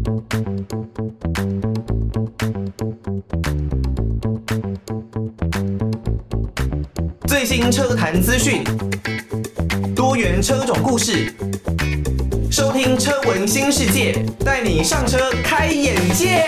最新车坛资讯，多元车种故事，收听车闻新世界，带你上车开眼界。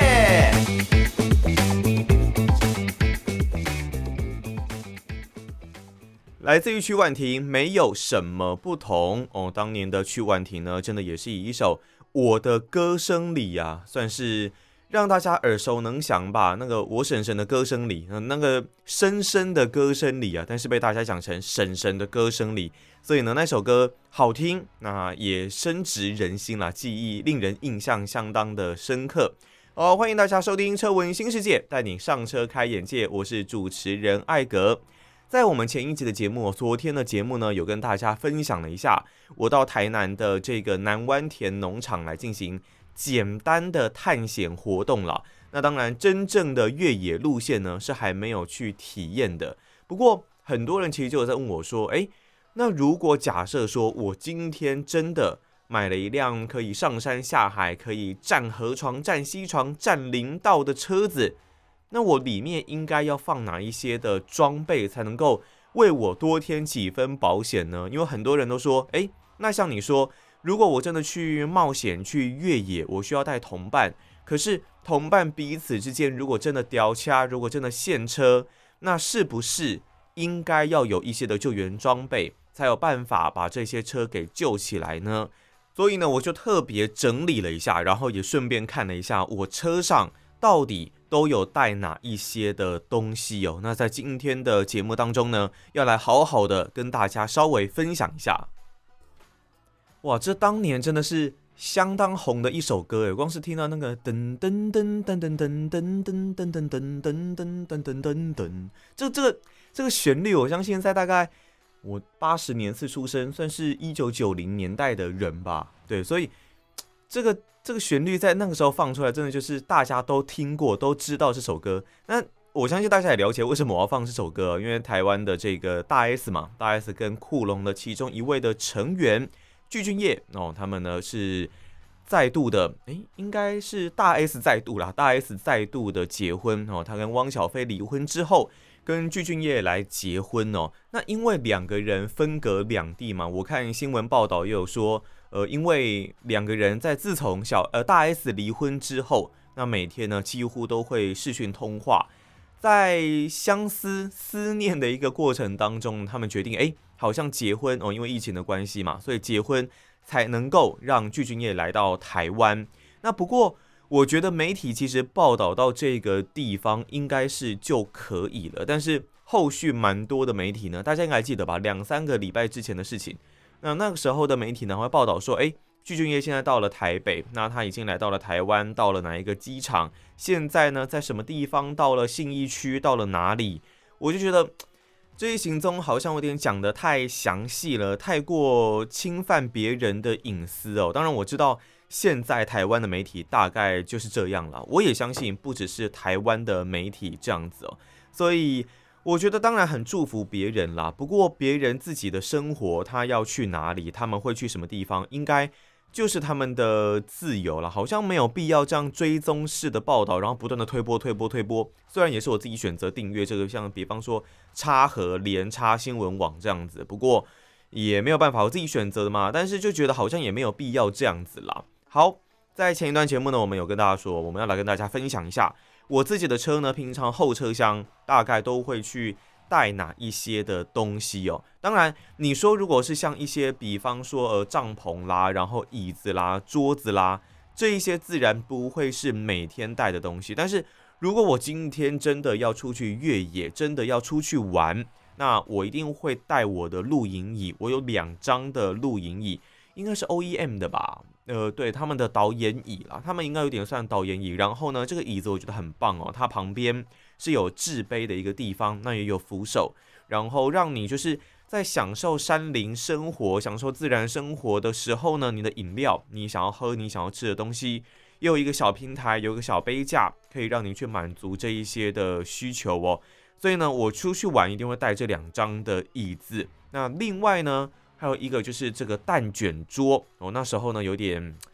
来自于曲婉婷，没有什么不同哦。当年的曲婉婷呢，真的也是以一首《我的歌声里》啊，算是让大家耳熟能详吧。那个我婶婶的歌声里，那个深深的歌声里啊，但是被大家讲成婶婶的歌声里，所以呢，那首歌好听，那也深植人心啦，记忆令人印象相当的深刻。欢迎大家收听《车闻新世界》，带你上车开眼界，我是主持人艾格。在我们前一集的节目，昨天的节目呢，有跟大家分享了一下，我到台南的这个南湾田农场来进行简单的探险活动啦。那当然，真正的越野路线呢，是还没有去体验的。不过，很多人其实就有在问我说，那如果假设说我今天真的买了一辆可以上山下海、可以占河床、占溪床、占林道的车子，那我里面应该要放哪一些的装备才能够为我多添几分保险呢？因为很多人都说，那像你说，如果我真的去冒险去越野，我需要带同伴，可是同伴彼此之间如果真的掉卡，如果真的陷车，那是不是应该要有一些的救援装备，才有办法把这些车给救起来呢？所以呢，我就特别整理了一下，然后也顺便看了一下我车上到底都有带哪一些的东西哦？那在今天的节目当中呢，要来好好的跟大家稍微分享一下。哇，这当年真的是相当红的一首歌耶！光是听到那个噔噔噔噔噔噔噔噔噔噔噔噔噔噔噔噔，这个旋律，我相信在大概我80年次出生，算是1990年代的人吧。对，所以这个旋律在那个时候放出来，真的就是大家都听过，都知道这首歌。那我相信大家也了解为什么我要放这首歌，因为台湾的这个大 S 嘛，大 S 跟酷龙的其中一位的成员具俊晔他们呢是再度的，应该是大 S 再度啦，大 S 再度的结婚他跟汪小菲离婚之后，跟具俊晔来结婚那因为两个人分隔两地嘛，我看新闻报道也有说。因为两个人在自从大 S 离婚之后，那每天呢几乎都会视讯通话，在相思念的一个过程当中，他们决定好像结婚因为疫情的关系嘛，所以结婚才能够让具俊晔来到台湾。那不过我觉得媒体其实报道到这个地方应该是就可以了，但是后续蛮多的媒体呢，大家应该还记得吧？2-3个礼拜之前的事情。那个时候的媒体呢会报道说，具俊晔现在到了台北，那他已经来到了台湾，到了哪一个机场？现在呢在什么地方？到了信义区，到了哪里？我就觉得这一行踪好像有点讲得太详细了，太过侵犯别人的隐私哦。当然我知道现在台湾的媒体大概就是这样了，我也相信不只是台湾的媒体这样子所以。我觉得当然很祝福别人啦，不过别人自己的生活，他要去哪里，他们会去什么地方，应该就是他们的自由啦，好像没有必要这样追踪式的报道，然后不断的推播。虽然也是我自己选择订阅这个，像比方说插和连插新闻网这样子，不过也没有办法，我自己选择的嘛，但是就觉得好像也没有必要这样子啦。好，在前一段节目呢，我们有跟大家说，我们要来跟大家分享一下。我自己的车呢，平常后车厢大概都会去带哪一些的东西当然，你说如果是像一些，比方说帐篷啦，然后椅子啦、桌子啦，这一些自然不会是每天带的东西。但是如果我今天真的要出去越野，真的要出去玩，那我一定会带我的露营椅。我有2张的露营椅，应该是 OEM 的吧。对，他们的导演椅啦，他们应该有点算导演椅。然后呢，这个椅子我觉得很棒它旁边是有置杯的一个地方，那也有扶手，然后让你就是在享受山林生活、享受自然生活的时候呢，你的饮料，你想要喝、你想要吃的东西，也有一个小平台，有一个小杯架，可以让你去满足这一些的需求所以呢，我出去玩一定会带这2张的椅子。那另外呢，还有一个就是这个蛋卷桌那时候呢有点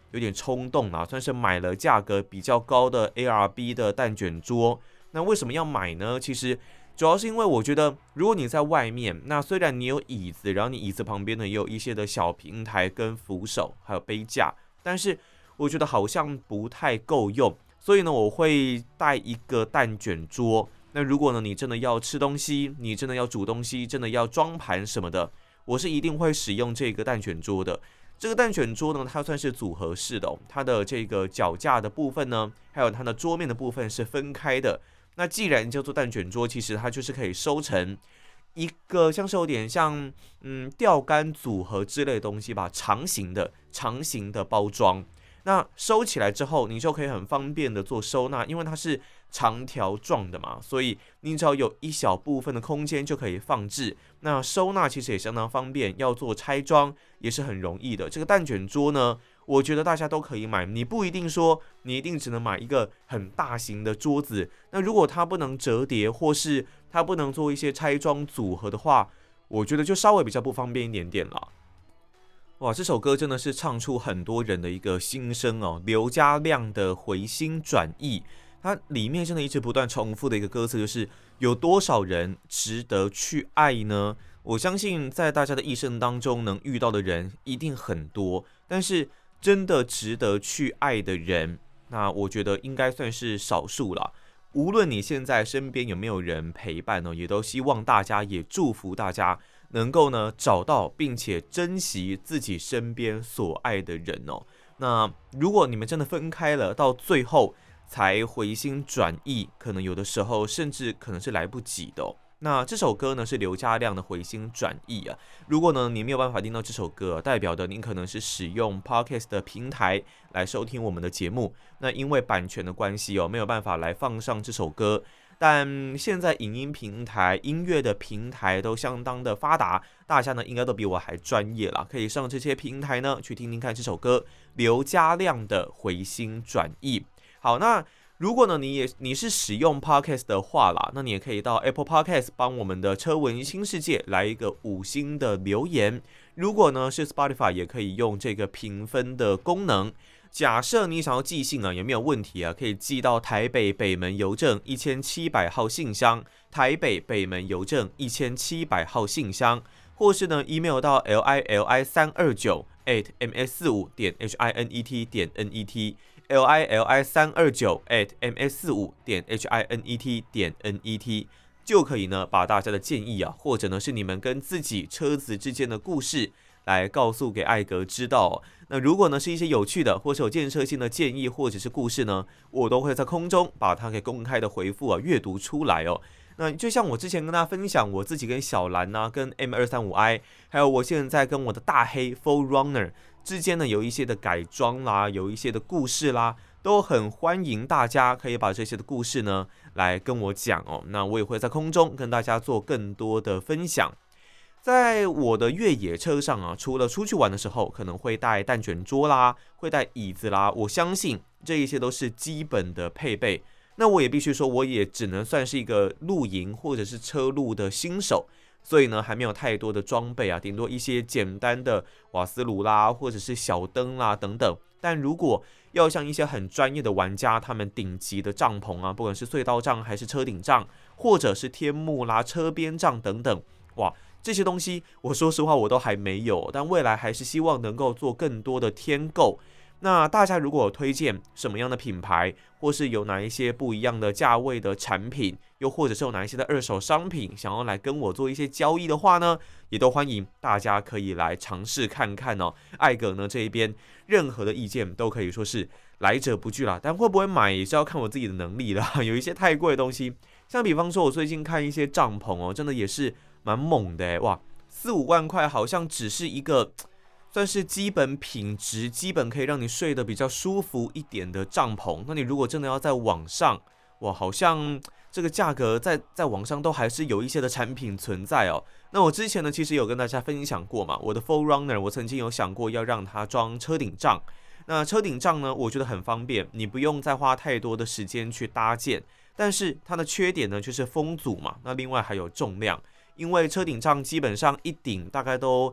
有点冲动啦，算是买了价格比较高的 ARB 的蛋卷桌。那为什么要买呢？其实主要是因为我觉得，如果你在外面，那虽然你有椅子，然后你椅子旁边呢也有一些的小平台跟扶手，还有杯架，但是我觉得好像不太够用，所以呢，我会带一个蛋卷桌。那如果呢，你真的要吃东西，你真的要煮东西，真的要装盘什么的，我是一定会使用这个蛋卷桌的。这个蛋卷桌呢，它算是组合式的哦，它的这个脚架的部分呢，还有它的桌面的部分是分开的。那既然叫做蛋卷桌，其实它就是可以收成一个像是有点像钓竿组合之类的东西吧，长形的包装。那收起来之后，你就可以很方便的做收纳，因为它是长条状的嘛，所以你只要有一小部分的空间就可以放置。那收纳其实也相当方便，要做拆装也是很容易的。这个蛋卷桌呢，我觉得大家都可以买，你不一定说你一定只能买一个很大型的桌子。那如果它不能折叠，或是它不能做一些拆装组合的话，我觉得就稍微比较不方便一点点啦。哇，这首歌真的是唱出很多人的一个心声哦。刘家亮的回心转意，它里面真的一直不断重复的一个歌词就是有多少人值得去爱呢？我相信在大家的一生当中能遇到的人一定很多，但是真的值得去爱的人，那我觉得应该算是少数啦。无论你现在身边有没有人陪伴哦，也都希望大家，也祝福大家能够呢找到并且珍惜自己身边所爱的人哦。那如果你们真的分开了，到最后才回心转意，可能有的时候甚至可能是来不及的哦。那这首歌呢是刘家亮的回心转意啊。如果呢你没有办法听到这首歌，代表的你可能是使用 Podcast 的平台来收听我们的节目，那因为版权的关系哦，没有办法来放上这首歌。但现在影音平台、音乐的平台都相当的发达，大家呢应该都比我还专业啦，可以上这些平台呢去听听看这首歌刘家亮的回心转意。好，那如果呢你是使用 Podcast 的话啦，那你也可以到 Apple Podcast 帮我们的车文新世界来一个5星的留言。如果呢是 Spotify 也可以用这个评分的功能。假设你想要寄信啊，也没有问题啊，可以寄到台北北门邮政1700号信箱，台北北门邮政1700号信箱，或是呢 email 到 lili329@ms45.hinet.net lili329@ms45.hinet.net 就可以呢把大家的建议啊，或者呢是你们跟自己车子之间的故事来告诉给艾格知道哦。那如果呢是一些有趣的或是有建设性的建议或者是故事呢，我都会在空中把它给公开的回复啊阅读出来哦。那就像我之前跟大家分享我自己跟小蓝啊跟 M235i 还有我现在跟我的大黑 4Runner 之间呢有一些的改装啦，有一些的故事啦，都很欢迎大家可以把这些的故事呢来跟我讲哦。那我也会在空中跟大家做更多的分享。在我的越野车上啊，除了出去玩的时候可能会带蛋卷桌啦，会带椅子啦，我相信这一些都是基本的配备。那我也必须说，我也只能算是一个露营或者是车路的新手，所以呢还没有太多的装备啊，顶多一些简单的瓦斯炉啦，或者是小灯啦等等。但如果要像一些很专业的玩家，他们顶级的帐篷啊，不管是隧道帐还是车顶帐，或者是天幕啦、车边帐等等，哇，这些东西我说实话我都还没有，但未来还是希望能够做更多的添购。那大家如果有推荐什么样的品牌，或是有哪一些不一样的价位的产品，又或者是有哪一些的二手商品想要来跟我做一些交易的话呢，也都欢迎大家可以来尝试看看哦。艾格呢这一边任何的意见都可以说是来者不拒啦，但会不会买也是要看我自己的能力啦。有一些太贵的东西，像比方说我最近看一些帐篷哦，真的也是蛮猛的耶，哇，4-5万块好像只是一个算是基本品质，基本可以让你睡得比较舒服一点的帐篷。那你如果真的要在网上，哇，好像这个价格在网上都还是有一些的产品存在哦。那我之前呢，其实有跟大家分享过嘛，我的 4Runner 我曾经有想过要让它装车顶帐。那车顶帐呢，我觉得很方便，你不用再花太多的时间去搭建。但是它的缺点呢，就是风阻嘛。那另外还有重量，因为车顶帐基本上一顶大概都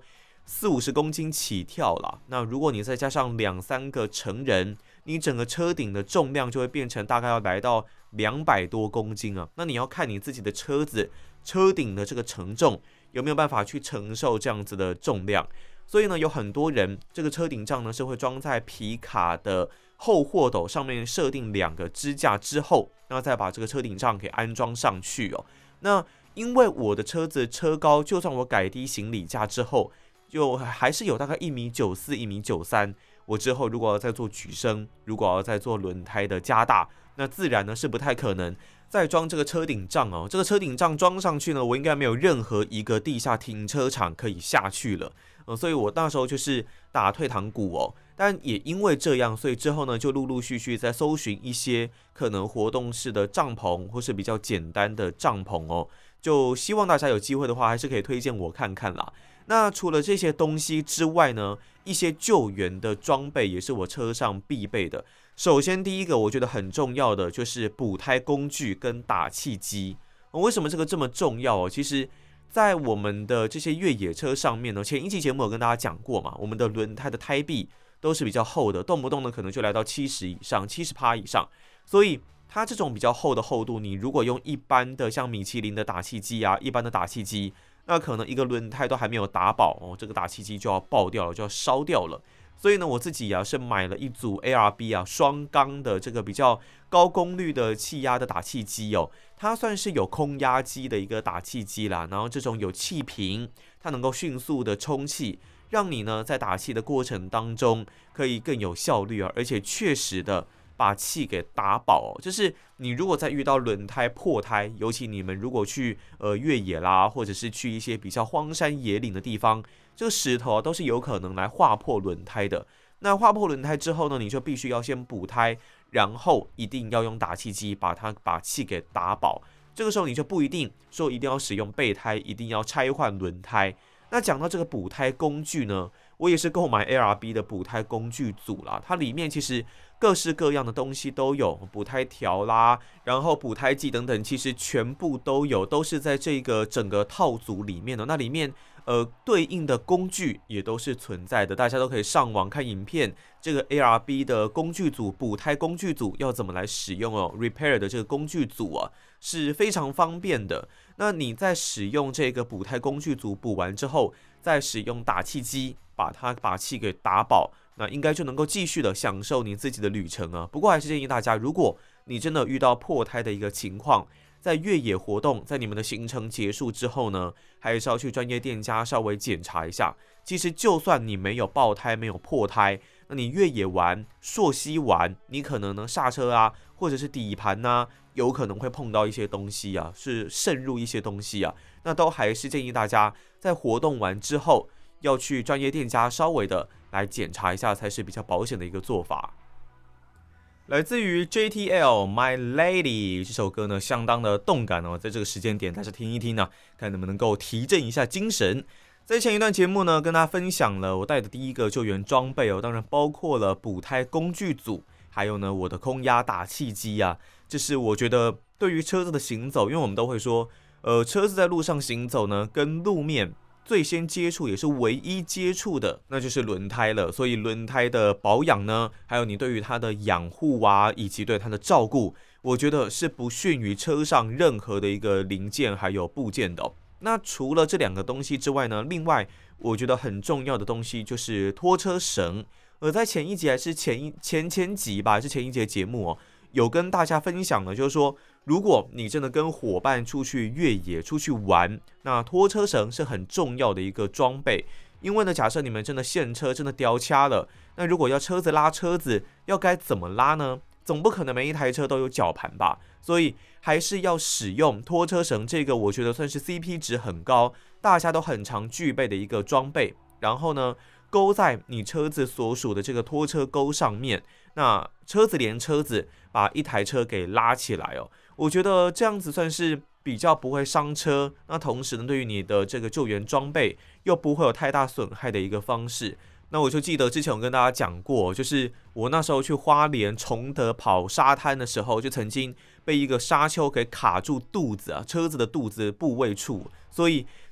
40-50公斤起跳啦。那如果你再加上2-3个成人，你整个车顶的重量就会变成大概要来到200多公斤啊。那你要看你自己的车子车顶的这个承重有没有办法去承受这样子的重量。所以呢，有很多人这个车顶帐呢是会装在皮卡的后货斗上面，设定2个支架之后，然后再把这个车顶帐给安装上去哦。那因为我的车子车高，就算我改低行李架之后，就还是有大概1.94米、1.93米。我之后如果要再做举升，如果要再做轮胎的加大，那自然呢是不太可能再装这个车顶帐哦。这个车顶帐装上去呢，我应该没有任何一个地下停车场可以下去了。所以我那时候就是打退堂鼓哦。但也因为这样，所以之后呢就陆陆续续在搜寻一些可能活动式的帐篷，或是比较简单的帐篷哦。就希望大家有机会的话，还是可以推荐我看看啦。那除了这些东西之外呢，一些救援的装备也是我车上必备的。首先第一个我觉得很重要的就是补胎工具跟打气机。为什么这个这么重要哦？其实在我们的这些越野车上面呢，前一期节目有跟大家讲过嘛，我们的轮胎的胎壁都是比较厚的，动不动呢可能就来到70以上、70%以上，所以它这种比较厚的厚度，你如果用一般的像米其林的打气机啊，一般的打气机，那可能一个轮胎都还没有打饱哦，这个打气机就要爆掉了，就要烧掉了。所以呢，我自己啊是买了一组 ARB 啊双缸的这个比较高功率的气压的打气机哦，它算是有空压机的一个打气机啦，然后这种有气瓶，它能够迅速的充气，让你呢在打气的过程当中可以更有效率啊，而且确实的把气给打饱哦。就是你如果在遇到轮胎破胎，尤其你们如果去越野啦，或者是去一些比较荒山野岭的地方，这个石头都是有可能来划破轮胎的。那划破轮胎之后呢，你就必须要先补胎，然后一定要用打气机把气给打饱。这个时候你就不一定说一定要使用备胎，一定要拆换轮胎。那讲到这个补胎工具呢，我也是购买 ARB 的补胎工具组啦，它里面其实各式各样的东西都有，补胎条啦，然后补胎剂等等，其实全部都有，都是在这个整个套组里面的。那里面对应的工具也都是存在的，大家都可以上网看影片，这个 ARB 的工具组、补胎工具组要怎么来使用哦 ？Repair 的这个工具组啊是非常方便的。那你在使用这个补胎工具组补完之后，再使用打气机把气给打饱，那应该就能够继续的享受你自己的旅程啊。不过还是建议大家，如果你真的遇到破胎的一个情况，在越野活动，在你们的行程结束之后呢，还是要去专业店家稍微检查一下。其实就算你没有爆胎、没有破胎，那你越野玩、溯溪玩，你可能呢刹车啊，或者是底盘啊，有可能会碰到一些东西啊，是渗入一些东西啊，那都还是建议大家在活动完之后，要去专业店家稍微的来检查一下，才是比较保险的一个做法。来自于 JTL My Lady 这首歌呢，相当的动感哦，在这个时间点大家听一听啊，看能不能够提振一下精神。在前一段节目呢，跟大家分享了我带的第一个救援装备哦，当然包括了补胎工具组，还有呢我的空压打气机啊，这是我觉得对于车子的行走，因为我们都会说，车子在路上行走呢，跟路面最先接触也是唯一接触的，那就是轮胎了。所以轮胎的保养呢，还有你对于它的养护啊，以及对它的照顾，我觉得是不逊于车上任何的一个零件还有部件的哦。那除了这2个东西之外呢，另外我觉得很重要的东西就是拖车绳。在前一集还是前集吧，还是前一节节目哦，有跟大家分享了，就是说，如果你真的跟伙伴出去越野、出去玩，那拖车绳是很重要的一个装备。因为呢，假设你们真的现车真的掉卡了，那如果要车子拉车子，要该怎么拉呢？总不可能每一台车都有绞盘吧，所以还是要使用拖车绳，这个我觉得算是 CP 值很高，大家都很常具备的一个装备。然后呢，勾在你车子所属的这个拖车钩上面，那车子连车子把一台车给拉起来哦，我觉得这样子算是比较不会伤车，那同时呢，对于你的这个救援装备又不会有太大损害的一个方式。那我就记得之前我跟大家讲过，就是我那时候去花莲崇德跑沙滩的时候，就曾经被一个沙丘给卡住肚子啊，车子的肚子部位处，所以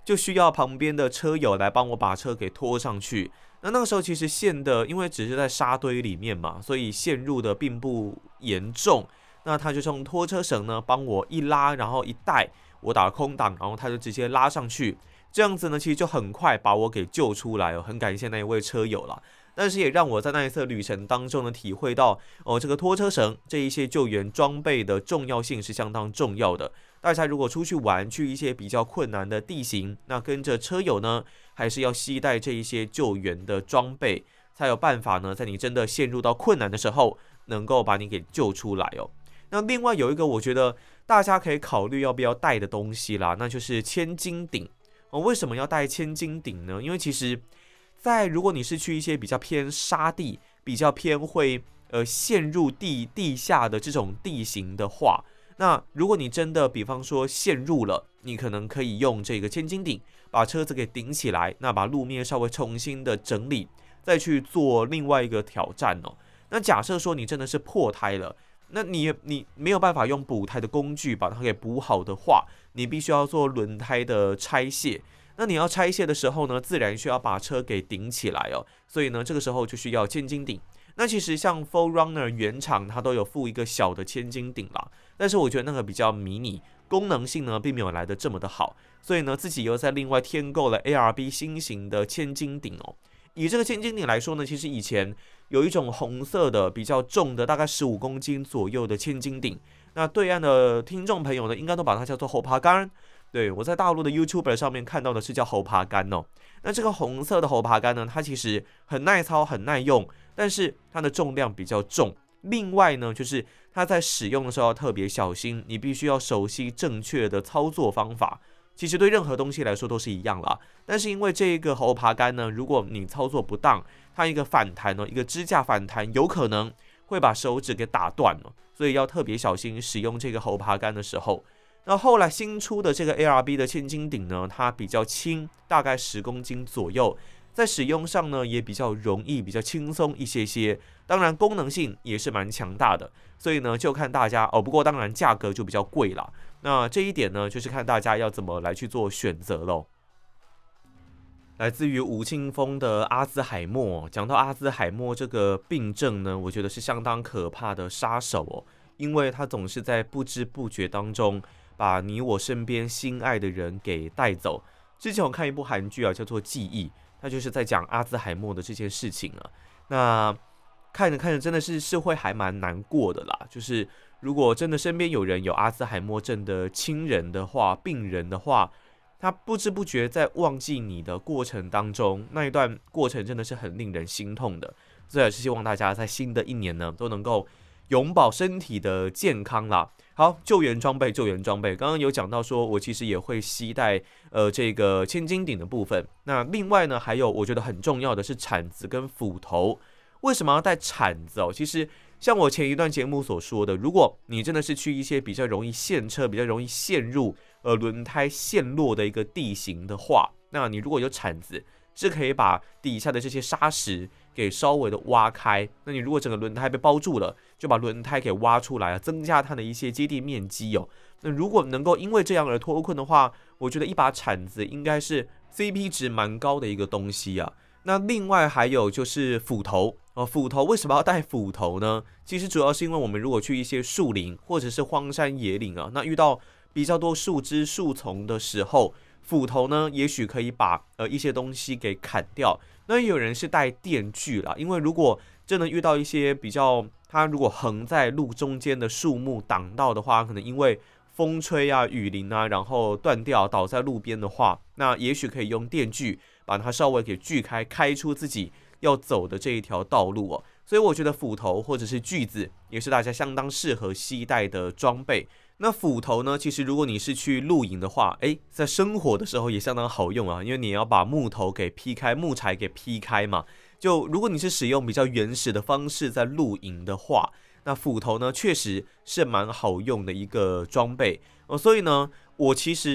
就需要旁边的车友来帮我把车给拖上去。那个时候其实陷的，因为只是在沙堆里面嘛，所以陷入的并不严重。那他就用拖车绳呢帮我一拉，然后一带，我打了空档，然后他就直接拉上去。这样子呢，其实就很快把我给救出来哦，很感谢那一位车友啦。但是也让我在那一次旅程当中呢，体会到这个拖车绳这一些救援装备的重要性是相当重要的。大家如果出去玩，去一些比较困难的地形，那跟着车友呢，还是要携带这一些救援的装备，才有办法呢，在你真的陷入到困难的时候，能够把你给救出来哦。那另外有一个我觉得大家可以考虑要不要带的东西啦，那就是千斤顶。为什么要带千斤顶呢？因为其实如果你是去一些比较偏沙地、比较偏会陷入地下的这种地形的话，那如果你真的比方说陷入了，你可能可以用这个千斤顶把车子给顶起来，那把路面稍微重新的整理，再去做另外一个挑战哦。那假设说你真的是破胎了，那你没有办法用补胎的工具把它给补好的话，你必须要做轮胎的拆卸。那你要拆卸的时候呢，自然需要把车给顶起来哦。所以呢，这个时候就需要千斤顶。那其实像 4Runner 原厂它都有附一个小的千斤顶啦，但是我觉得那个比较迷你，功能性呢并没有来得这么的好，所以呢自己又在另外添购了 ARB 新型的千斤顶哦。以这个千斤顶来说呢，其实以前有一种红色的比较重的，大概15公斤左右的千斤顶，那对岸的听众朋友呢，应该都把它叫做猴爬杆。对，我在大陆的 YouTuber 上面看到的是叫猴爬杆哦。那这个红色的猴爬杆呢，它其实很耐操、很耐用，但是它的重量比较重。另外呢，就是它在使用的时候要特别小心，你必须要熟悉正确的操作方法。其实对任何东西来说都是一样啦，但是因为这个猴爬杆呢，如果你操作不当，它一个反弹呢，一个支架反弹，有可能会把手指给打断了，所以要特别小心使用这个猴爬杆的时候。那后来新出的这个 ARB 的千斤顶呢，它比较轻，大概10公斤左右，在使用上呢也比较容易，比较轻松一些些。当然功能性也是蛮强大的，所以呢就看大家哦。不过当然价格就比较贵啦。那这一点呢，就是看大家要怎么来去做选择咯。来自于吴青峰的阿兹海默，讲到阿兹海默这个病症呢，我觉得是相当可怕的杀手哦，因为它总是在不知不觉当中把你我身边心爱的人给带走。之前我看一部韩剧啊，叫做《记忆》，它就是在讲阿兹海默的这件事情啊。那看着看着真的是会还蛮难过的啦。就是如果真的身边有人有阿兹海默症的亲人的话、病人的话，他不知不觉在忘记你的过程当中，那一段过程真的是很令人心痛的。所以也是希望大家在新的一年呢，都能够永保身体的健康啦。好，救援装备，刚刚有讲到说，我其实也会携带这个千斤顶的部分。那另外呢，还有我觉得很重要的是铲子跟斧头。为什么要带铲子哦？其实像我前一段节目所说的，如果你真的是去一些比较容易陷车、比较容易陷入轮胎陷落的一个地形的话，那你如果有铲子，是可以把底下的这些沙石给稍微的挖开。那你如果整个轮胎被包住了，就把轮胎给挖出来，增加它的一些接地面积哦。那如果能够因为这样而脱困的话，我觉得一把铲子应该是 CP 值蛮高的一个东西啊。那另外还有就是斧头哦，斧头为什么要带斧头呢？其实主要是因为我们如果去一些树林或者是荒山野岭啊，那遇到比较多树枝树丛的时候，斧头呢也许可以把一些东西给砍掉。那有人是带电锯啦，因为如果真的遇到一些比较它如果横在路中间的树木挡到的话，可能因为风吹啊、雨淋啊，然后断掉倒在路边的话，那也许可以用电锯把它稍微给锯开，开出自己要走的这一条道路哦。所以我觉得斧头或者是锯子也是大家相当适合携带的装备。那斧头呢，其实如果你是去露营的话，在生火的时候也相当好用啊，因为你要把木头给劈开，木材给劈开嘛。就如果你是使用比较原始的方式在露营的话，那斧头呢确实是蛮好用的一个装备所以呢，我其实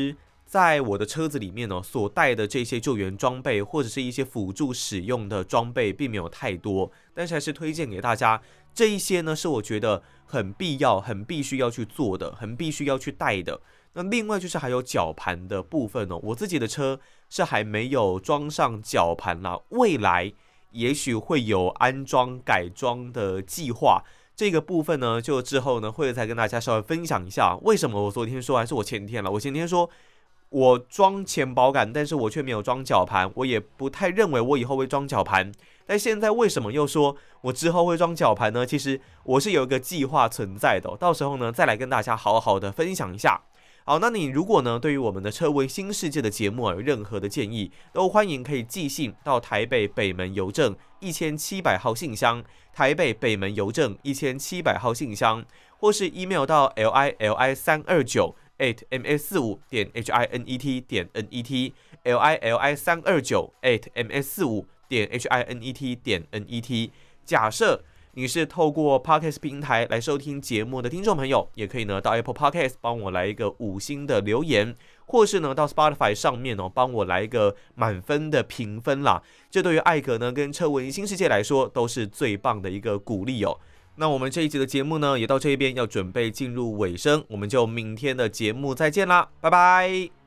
在我的车子里面呢，所带的这些救援装备或者是一些辅助使用的装备并没有太多，但是还是推荐给大家。这一些呢，是我觉得很必要、很必须要去做的、很必须要去带的。那另外就是还有绞盘的部分哦，我自己的车是还没有装上绞盘啦，未来也许会有安装改装的计划。这个部分呢，就之后呢会再跟大家稍微分享一下，为什么我昨天说还是我前天了，我前天说。我装前保杆，但是我却没有装绞盘，我也不太认为我以后会装绞盘。但现在为什么又说我之后会装绞盘呢？其实我是有一个计划存在的到时候呢再来跟大家好好的分享一下。好，那你如果呢对于我们的车为新世界的节目有任何的建议，都欢迎可以寄信到台北北门邮政1700号信箱，台北北门邮政1700号信箱，或是 email 到 lili329@ms45.hinet.net lili329@ms45.hinet.net。假设你是透过 Podcast 平台来收听节目的听众朋友，也可以呢到 Apple Podcast 帮我来一个5星的留言，或是呢到 Spotify 上面哦帮我来一个满分的评分啦。这对于艾格呢跟车文新世界来说都是最棒的一个鼓励哦。那我们这一集的节目呢也到这边要准备进入尾声，我们就明天的节目再见啦，拜拜。